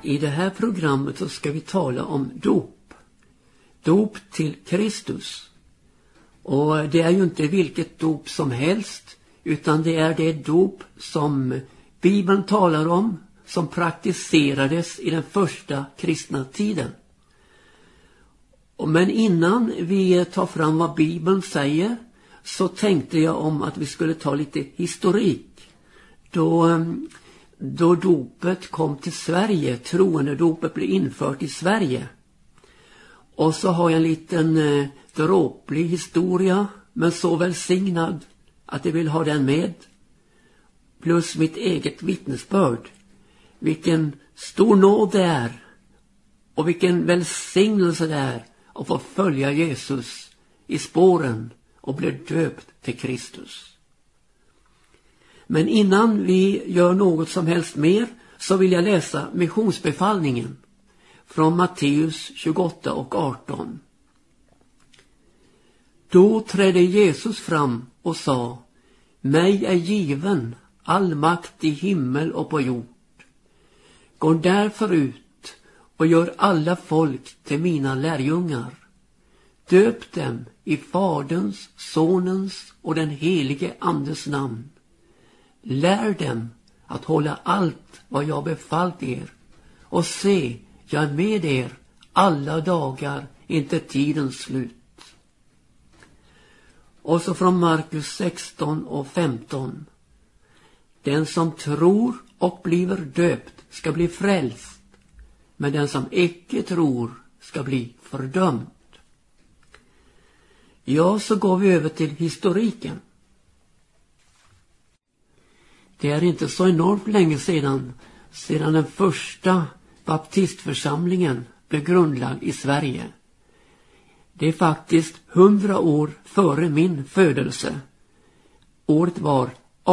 I det här programmet så ska vi tala om dop. Dop till Kristus. Och det är ju inte vilket dop som helst, utan det är det dop som Bibeln talar om, som praktiserades i den första kristna tiden. Men innan vi tar fram vad Bibeln säger så tänkte jag om att vi skulle ta lite historik. Då dopet kom till Sverige, troendedopet blev infört i Sverige. Och så har jag en liten dråplig historia, men så välsignad att jag vill ha den med. Plus mitt eget vittnesbörd. Vilken stor nåd det är och vilken välsignelse det är att få följa Jesus i spåren och bli döpt till Kristus. Men innan vi gör något som helst mer så vill jag läsa missionsbefallningen från Matteus 28 och 18. Då trädde Jesus fram och sa: mig är given all makt i himmel och på jord. Gå därför ut och gör alla folk till mina lärjungar. Döp dem i Faderns, Sonens och den helige Andes namn. Lär dem att hålla allt vad jag befallt er. Och se, jag är med er alla dagar, inte tidens slut. Och så från Markus 16 och 15. Den som tror och blir döpt ska bli frälst, men den som icke tror ska bli fördömd. Ja, så går vi över till historiken. Det är inte så enormt länge sedan den första baptistförsamlingen blev grundlagd i Sverige. Det är faktiskt 100 år före min födelse. Året var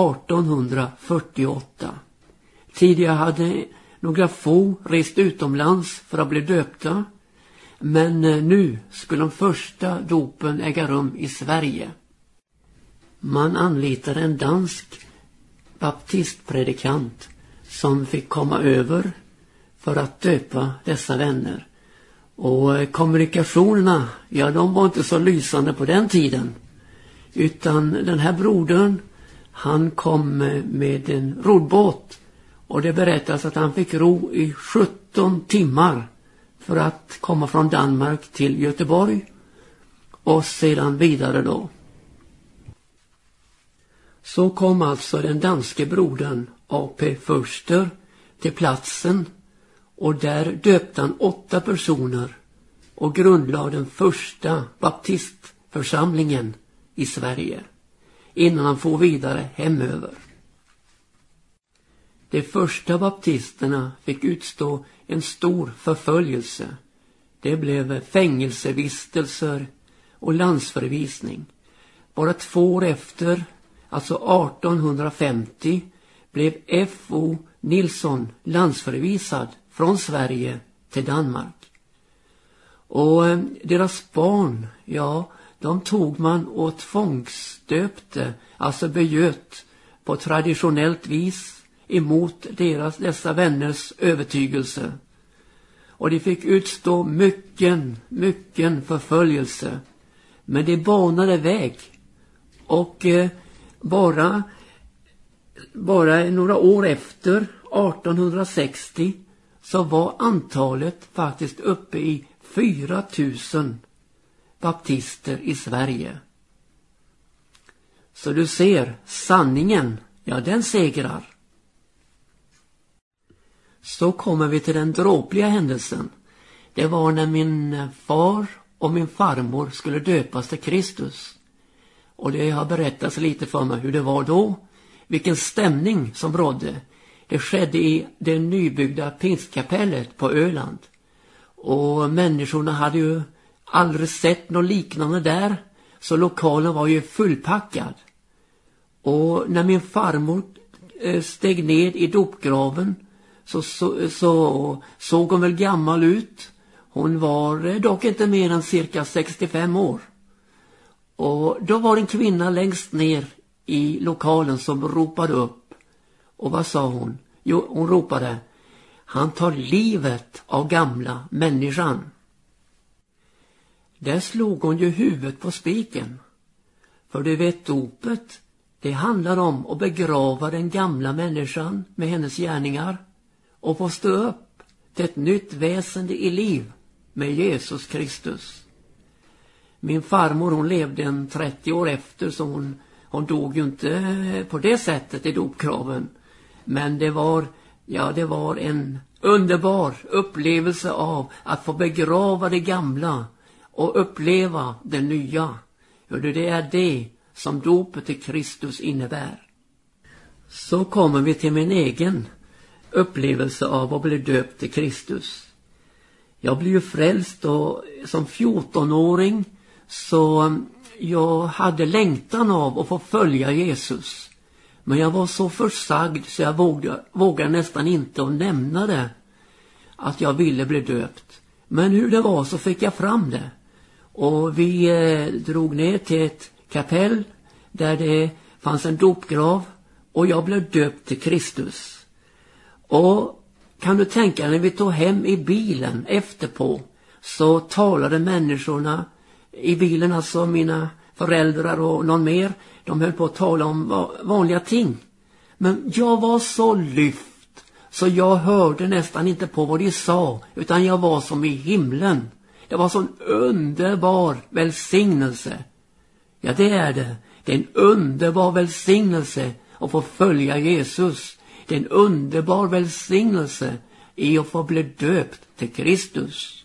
1848. Tidigare hade några få rest utomlands för att bli döpta, men nu skulle de första dopen äga rum i Sverige. Man anlitade en dansk baptistpredikant som fick komma över för att döpa dessa vänner. Och kommunikationerna, ja, de var inte så lysande på den tiden. Utan den här brodern, han kom med en roddbåt. Och det berättas att han fick ro i 17 timmar för att komma från Danmark till Göteborg. Och sedan vidare då. Så kom alltså den danske brodern A.P. Förster till platsen. Och där döpte han 8 personer och grundlade den första baptistförsamlingen i Sverige innan han får vidare hemöver. De första baptisterna fick utstå en stor förföljelse. Det blev fängelsevistelser och landsförvisning. Bara 2 år efter, alltså 1850, blev F.O. Nilsson landsförvisad från Sverige till Danmark. Och deras barn, ja, de tog man och tvångsdöpte, alltså begöt på traditionellt vis emot dessa vänners övertygelse. Och de fick utstå mycket förföljelse. Men det banade väg. Och bara några år efter, 1860, så var antalet faktiskt uppe i 4 000 baptister i Sverige. Så du ser, sanningen, ja, den segrar. Så kommer vi till den dråpliga händelsen. Det var när min far och min farmor skulle döpas till Kristus. Och det har berättats lite för mig hur det var då. Vilken stämning som rådde. Det skedde i det nybyggda pingstkapellet på Öland. Och människorna hade ju aldrig sett något liknande där. Så lokalen var ju fullpackad. Och när min farmor steg ned i dopgraven så såg hon väl gammal ut. Hon var dock inte mer än cirka 65 år. Och då var en kvinna längst ner i lokalen som ropade upp. Och vad sa hon? Jo, hon ropade: Han tar livet av gamla människan. Där slog hon ju huvudet på spiken. För du vet, dopet, det handlar om att begrava den gamla människan med hennes gärningar och få stå upp till ett nytt väsende i liv med Jesus Kristus. Min farmor, hon levde en 30 år efter, så hon dog ju inte på det sättet i dopgraven. Men det var en underbar upplevelse av att få begrava det gamla och uppleva det nya. Det är det som dopet till Kristus innebär. Så kommer vi till min egen upplevelse av att bli döpt till Kristus. Jag blev ju frälst och som 14-åring så jag hade längtan av att få följa Jesus. Men jag var så försagd så jag vågade nästan inte att nämna det, att jag ville bli döpt. Men hur det var så fick jag fram det. Och vi drog ner till ett kapell där det fanns en dopgrav och jag blev döpt till Kristus. Och kan du tänka, när vi tog hem i bilen efterpå så talade människorna i bilen, alltså mina föräldrar och någon mer, de höll på att tala om vanliga ting. Men jag var så lyft så jag hörde nästan inte på vad de sa, utan jag var som i himlen. Det var sån underbar välsignelse. Ja, det är det. Det är en underbar välsignelse att få följa Jesus. Det är en underbar välsignelse i att få bli döpt till Kristus.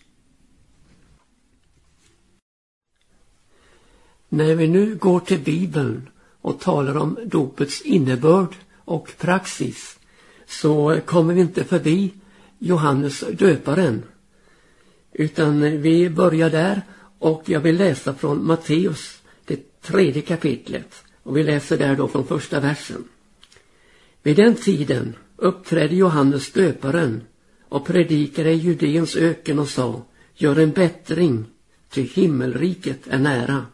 När vi nu går till Bibeln och talar om dopets innebörd och praxis så kommer vi inte förbi Johannes döparen. Utan vi börjar där och jag vill läsa från Matteus, det 3:e kapitlet. Och vi läser där då från första versen. Vid den tiden uppträdde Johannes döparen och predikade i Judeens öken och sa: gör en bättring, ty himmelriket är nära.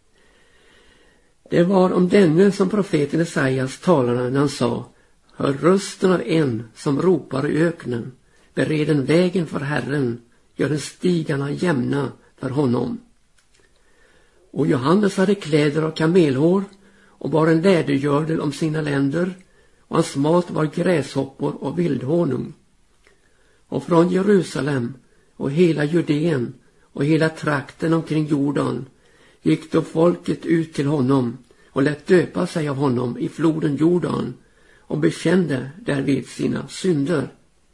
Det var om denne som profeten Esaias talade när han sa: hör rösten av en som ropar i öknen, bered en vägen för Herren, gör en stigarna jämna för honom. Och Johannes hade kläder av kamelhår och bar en lädergördel om sina länder, och hans mat var gräshoppor och vildhonung. Och från Jerusalem och hela Judeen och hela trakten omkring Jordan gick då folket ut till honom och lät döpa sig av honom i floden Jordan och bekände därvid sina synder.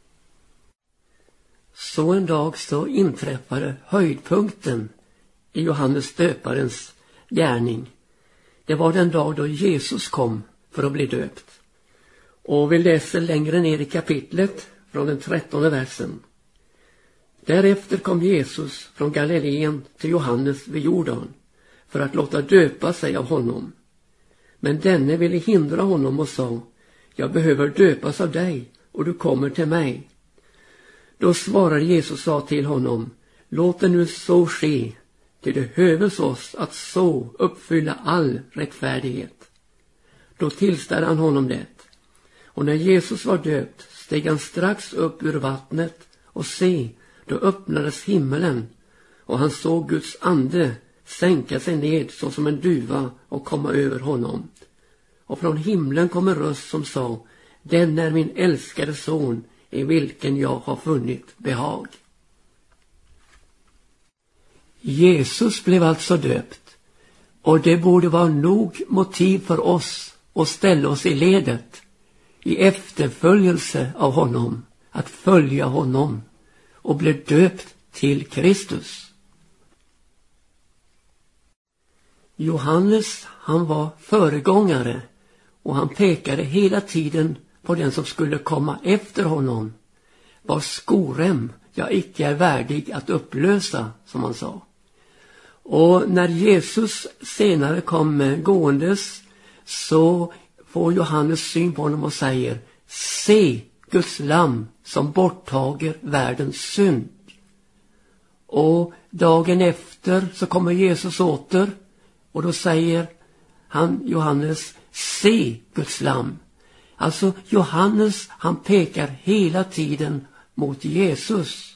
Så en dag så inträffade höjdpunkten i Johannes döparens gärning. Det var den dag då Jesus kom för att bli döpt. Och vi läser längre ner i kapitlet från den 13:e versen. Därefter kom Jesus från Galileen till Johannes vid Jordan för att låta döpa sig av honom. Men denne ville hindra honom och sa: jag behöver döpas av dig och du kommer till mig. Då svarade Jesus och sa till honom: låt det nu så ske, till det hövs oss att så uppfylla all rättfärdighet. Då tillställde han honom det. Och när Jesus var döpt steg han strax upp ur vattnet, och se, då öppnades himmelen, och han såg Guds ande sänka sig ned så som en duva och komma över honom. Och från himlen kom en röst som sa: den är min älskade son, i vilken jag har funnit behag. Jesus blev alltså döpt, och det borde vara nog motiv för oss att ställa oss i ledet i efterföljelse av honom, att följa honom och bli döpt till Kristus. Johannes, han var föregångare och han pekade hela tiden på den som skulle komma efter honom, vars skorem jag icke är värdig att upplösa, som han sa. Och när Jesus senare kom gåendes så får Johannes syn på honom och säger: se Guds lamm som borttager världens synd. Och dagen efter så kommer Jesus åter, och då säger han, Johannes: se Guds lamm. Alltså Johannes, han pekar hela tiden mot Jesus,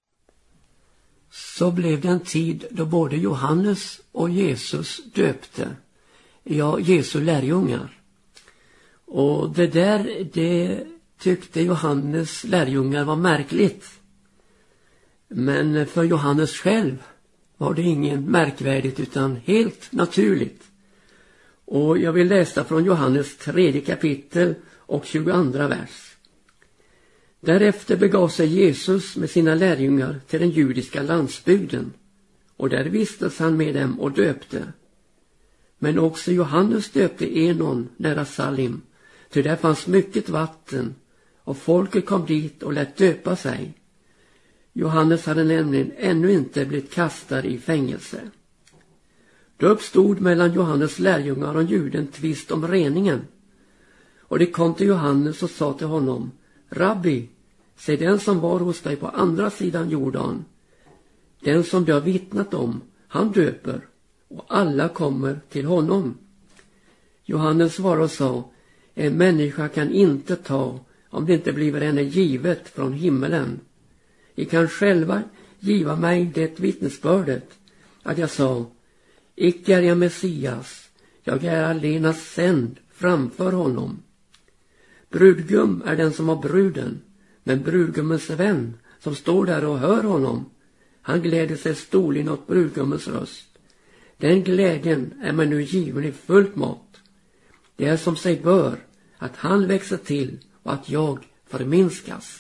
så blev det en tid då både Johannes och Jesus döpte, ja, Jesu lärjungar. Och det tyckte Johannes lärjungar var märkligt. Men för Johannes själv var det ingen märkvärdigt utan helt naturligt. Och jag vill läsa från Johannes 3 kapitel och 22 vers. Därefter begav sig Jesus med sina lärjungar till den judiska landsbygden, och där vistas han med dem och döpte. Men också Johannes döpte Enon nära Salim, ty där fanns mycket vatten, och folket kom dit och lät döpa sig. Johannes hade nämligen ännu inte blivit kastad i fängelse. Då uppstod mellan Johannes lärjungar och juden tvist om reningen. Och de kom till Johannes och sa till honom: Rabbi, säg, den som var hos dig på andra sidan Jordan, den som du har vittnat om, han döper, och alla kommer till honom. Johannes svarade och sa: en människa kan inte ta om det inte blir henne givet från himmelen. I kan själva giva mig det vittnesbördet att jag sa: icke är jag Messias, jag är allenast sänd framför honom. Brudgum är den som har bruden, men brudgummens vän som står där och hör honom, han gläder sig storligen åt brudgummens röst. Den glädjen är man nu given i fullt mått. Det är som sig bör att han växer till och att jag förminskas.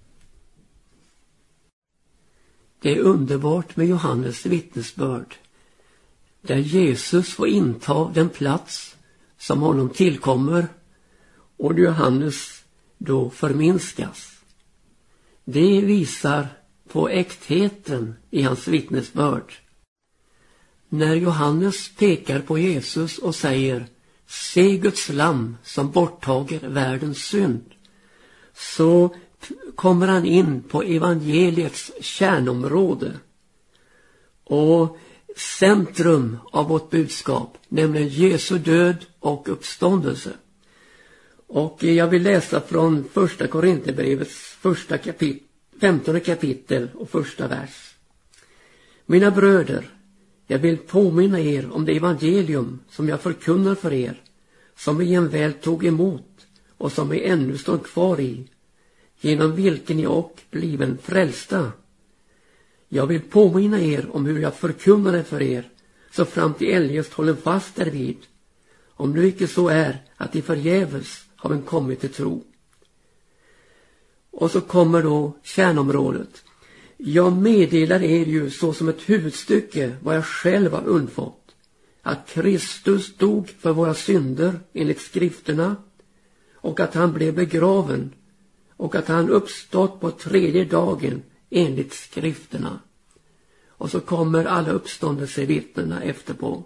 Det är underbart med Johannes vittnesbörd, där Jesus får inta den plats som honom tillkommer, och Johannes då förminskas. Det visar på äktheten i hans vittnesbörd. När Johannes pekar på Jesus och säger: se Guds lamm som borttager världens synd, så kommer han in på evangeliets kärnområde och centrum av vårt budskap, nämligen Jesu död och uppståndelse. Och jag vill läsa från första Korinthierbrevets 15 kapitel och första vers. Mina bröder, jag vill påminna er om det evangelium som jag förkunnar för er, som vi en väl tog emot och som vi ännu står kvar i, genom vilken ni och bliven frälsta. Jag vill påminna er om hur jag förkunnade för er, så fram till eljest hållen fast därvid, om nu icke så är att i förgäves har en kommit till tro. Och så kommer då kärnområdet. Jag meddelar er ju så som ett huvudstycke vad jag själv har undfått, att Kristus dog för våra synder enligt skrifterna, och att han blev begraven, och att han uppstått på 3:e dagen enligt skrifterna. Och så kommer alla uppståndelsevittnena efterpå.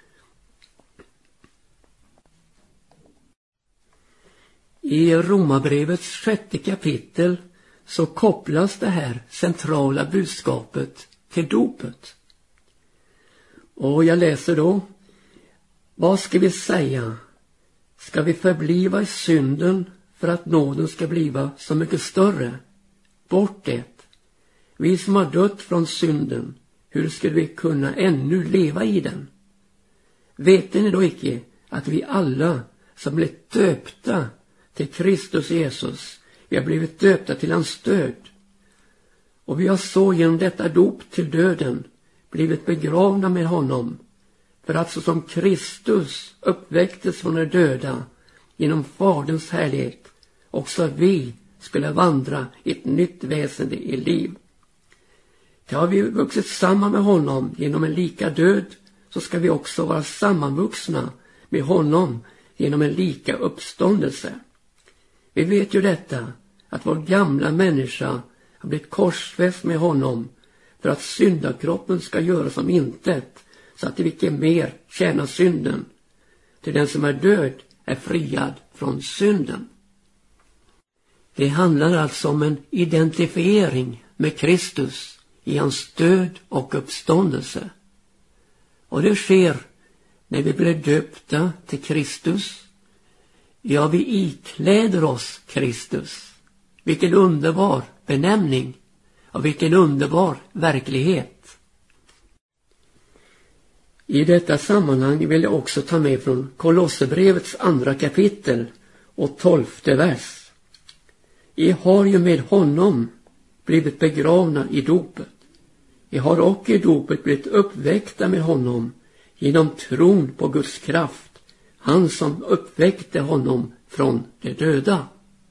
I Romarbrevets 6:e kapitel så kopplas det här centrala budskapet till dopet. Och jag läser då: vad ska vi säga? Ska vi förbliva i synden för att nåden ska bliva så mycket större? Bort det. Vi som har dött från synden, hur skulle vi kunna ännu leva i den? Vet ni då icke att vi alla som blivit döpta till Kristus Jesus, vi har blivit döpta till hans död, och vi har så genom detta dop till döden blivit begravna med honom, för att så som Kristus uppväcktes från de döda genom Faderns härlighet, också vi skulle vandra i ett nytt väsende i liv. Det har vi vuxit samman med honom genom en lika död, så ska vi också vara sammanvuxna med honom genom en lika uppståndelse. Vi vet ju detta, att vår gamla människa har blivit korsfäst med honom för att syndakroppen ska göras som intet, så att det icke mer tjänar synden. Till den som är död är friad från synden. Det handlar alltså om en identifiering med Kristus i hans död och uppståndelse. Och det sker när vi blir döpta till Kristus. Ja, vi ikläder oss Kristus. Vilken underbar benämning och vilken underbar verklighet. I detta sammanhang vill jag också ta med från Kolosserbrevets 2 kapitel och 12:e vers. I har ju med honom blivit begravna i dopet. I har och i dopet blivit uppväckta med honom genom tron på Guds kraft, han som uppväckte honom från de döda.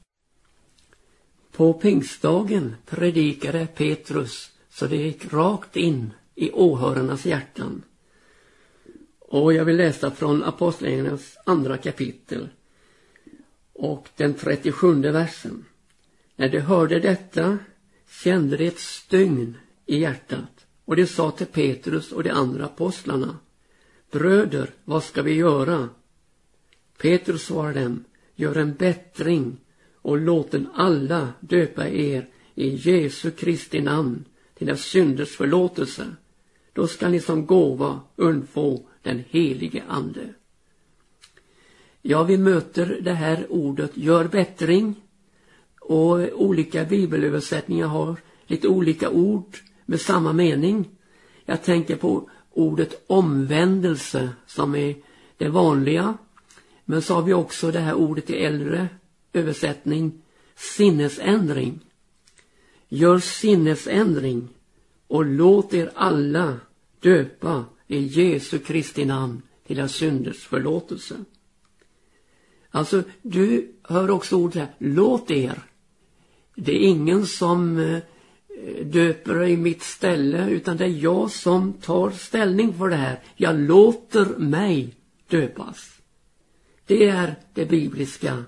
På pingstdagen predikade Petrus så det gick rakt in i åhörarnas hjärtan. Och jag vill läsa från Apostlagärningarnas 2 kapitel och den 37:e versen. När de hörde detta kände de ett stygn i hjärtat, och de sa till Petrus och de andra apostlarna: bröder, vad ska vi göra? Petrus svarade dem: gör en bättring och låten alla döpa er i Jesu Kristi namn till deras synders förlåtelse. Då ska ni som gåva undfå den helige ande. Ja, vi möter det här ordet gör bättring, och olika bibelöversättningar har lite olika ord med samma mening. Jag tänker på ordet omvändelse som är det vanliga, men så har vi också det här ordet i äldre översättning, sinnesändring. Gör sinnesändring och låt er alla döpa i Jesu Kristi namn till deras synders förlåtelse. Alltså, du hör också ordet här, låt er. Det är ingen som döper i mitt ställe, utan det är jag som tar ställning för det här. Jag låter mig döpas. Det är det bibliska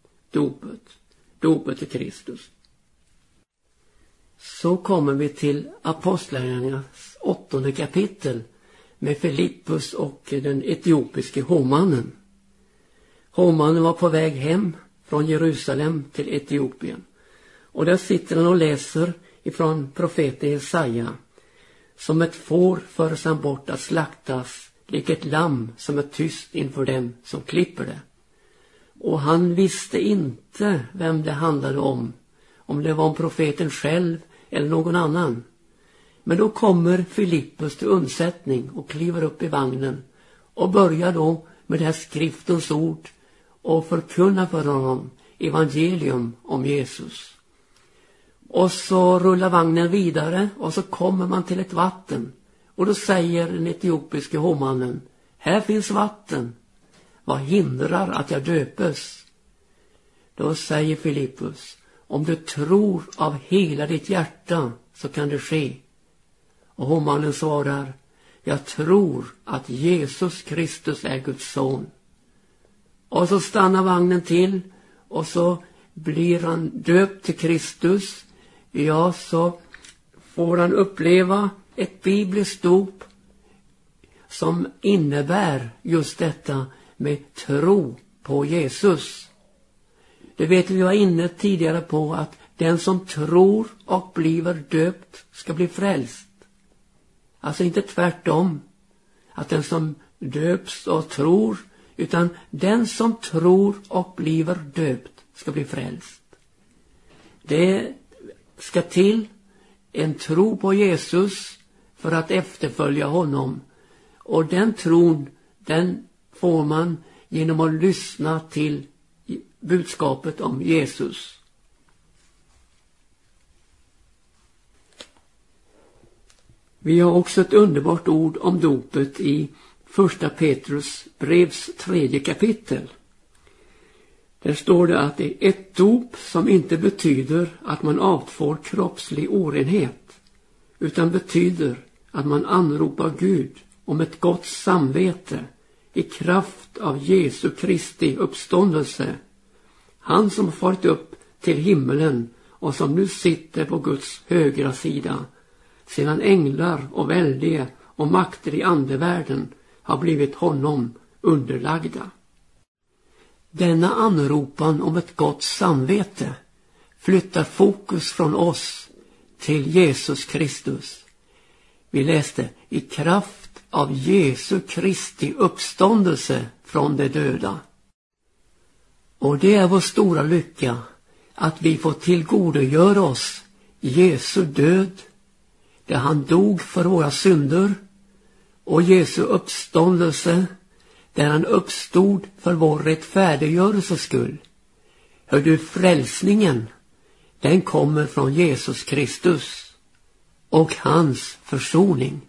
dopet till Kristus. Så kommer vi till Apostlagärningarnas 8:e kapitel med Filippus och den etiopiske hovmannen. Hovmannen var på väg hem från Jerusalem till Etiopien. Och där sitter han och läser ifrån profeten Jesaja. Som ett får förs han bort att slaktas, lik ett lamm som är tyst inför dem som klipper det. Och han visste inte vem det handlade om det var om profeten själv eller någon annan. Men då kommer Filippus till undsättning och kliver upp i vagnen och börjar då med det här skriftens ord och förkunna för honom evangelium om Jesus. Och så rullar vagnen vidare och så kommer man till ett vatten. Och då säger den etiopiske hovmannen: här finns vatten. Vad hindrar att jag döpes? Då säger Filippus: om du tror av hela ditt hjärta så kan det ske. Och hovmannen svarar: jag tror att Jesus Kristus är Guds son. Och så stannar vagnen till och så blir han döpt till Kristus. Ja, så får han uppleva ett bibliskt dop som innebär just detta med tro på Jesus. Det vet vi var inne tidigare på, att den som tror och blir döpt ska bli frälst. Alltså inte tvärtom, att den som döps och tror, utan den som tror och blir döpt ska bli frälst. Det ska till en tro på Jesus för att efterfölja honom. Och den tron, den får man genom att lyssna till budskapet om Jesus. Vi har också ett underbart ord om dopet i 1 Petrus brevs 3 kapitel. Där står det att det är ett dop som inte betyder att man avtvår kroppslig orenhet, utan betyder att man anropar Gud om ett gott samvete i kraft av Jesu Kristi uppståndelse. Han som farit upp till himmelen och som nu sitter på Guds högra sida, sedan änglar och väldige och makter i andevärlden har blivit honom underlagda. Denna anropan om ett gott samvete flyttar fokus från oss till Jesus Kristus. Vi läste i kraft av Jesu Kristi uppståndelse från de döda. Och det är vår stora lycka att vi får tillgodogöra oss Jesu död, där han dog för våra synder, och Jesu uppståndelse, där han uppstod för vår rättfärdiggörelses skull. Hör du, frälsningen, den kommer från Jesus Kristus och hans försoning.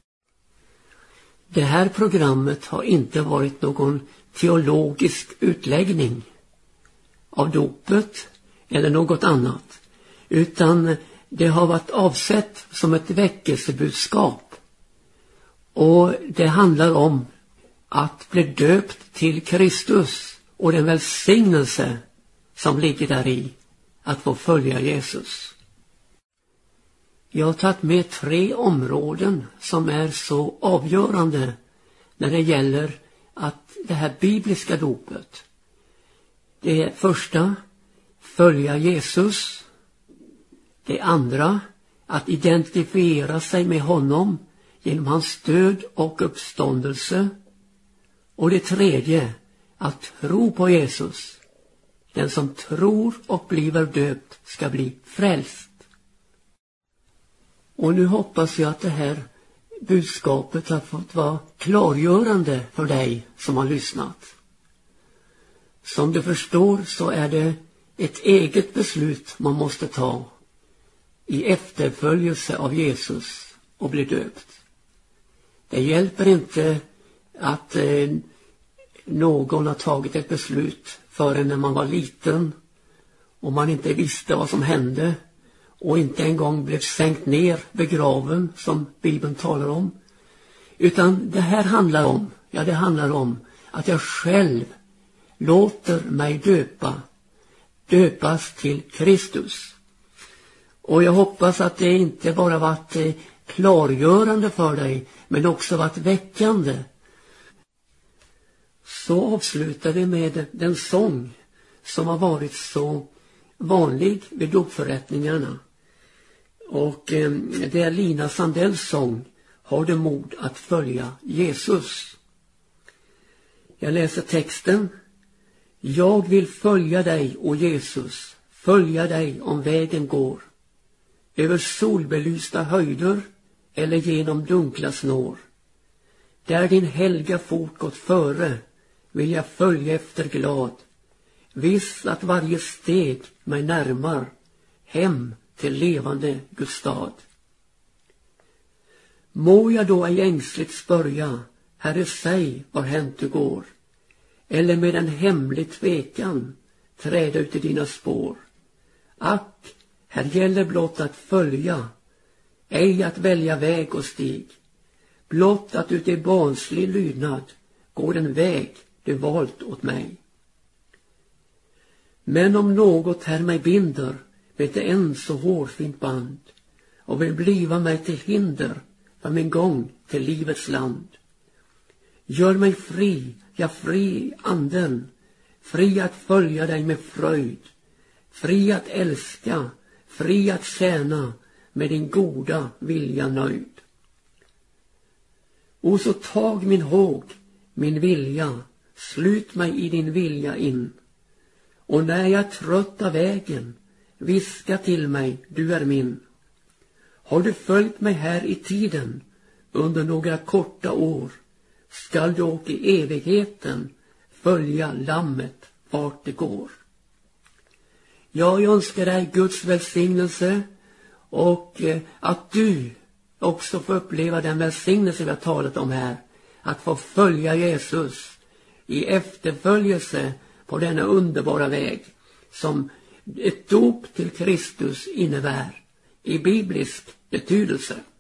Det här programmet har inte varit någon teologisk utläggning av dopet eller något annat, utan det har varit avsett som ett väckelsebudskap, och det handlar om att bli döpt till Kristus och den välsignelse som ligger där i att få följa Jesus. Jag har tagit med 3 områden som är så avgörande när det gäller att det här bibliska dopet. Det första, följa Jesus. Det andra, att identifiera sig med honom genom hans död och uppståndelse. Och det tredje, att tro på Jesus. Den som tror och blir döpt ska bli frälst. Och nu hoppas jag att det här budskapet har fått vara klargörande för dig som har lyssnat. Som du förstår så är det ett eget beslut man måste ta i efterföljelse av Jesus och bli döpt. Det hjälper inte att någon har tagit ett beslut förrän när man var liten och man inte visste vad som hände och inte en gång blev sänkt ner begraven som Bibeln talar om. Utan det här handlar om att jag själv låter mig döpas till Kristus. Och jag hoppas att det inte bara varit klargörande för dig, men också varit väckande. Så avslutar vi med den sång som har varit så vanlig vid dopförrättningarna. Och det är Lina Sandells sång, Har du mod att följa Jesus? Jag läser texten. Jag vill följa dig, o Jesus, följa dig om vägen går. Över solbelysta höjder eller genom dunkla snår. Där din helga fot gått före vill jag följa efter glad. Viss att varje steg mig närmar hem till levande Guds stad. Må jag då ej ängsligt spörja, Herre, säg var hänt du går, eller med en hemlig tvekan träda ut i dina spår. Ack, här gäller blott att följa, ej att välja väg och stig, blott att ut i barnslig lydnad går den väg du valt åt mig. Men om något här mig binder med ett än så hårfint band och vill bliva mig till hinder för min gång till livets land, gör mig fri, ja fri i anden, fri att följa dig med fröjd, fri att älska, fri att tjäna, med din goda vilja nöjd. Och så tag min håg, min vilja, slut mig i din vilja in, och när jag är trött av vägen, viska till mig, du är min. Har du följt mig här i tiden, under några korta år, skall du åka i evigheten följa lammet vart det går. Jag önskar dig Guds välsignelse, och att du också får uppleva den välsignelse vi har talat om här, att få följa Jesus i efterföljelse på denna underbara väg som ett dop till Kristus innebär i biblisk betydelse.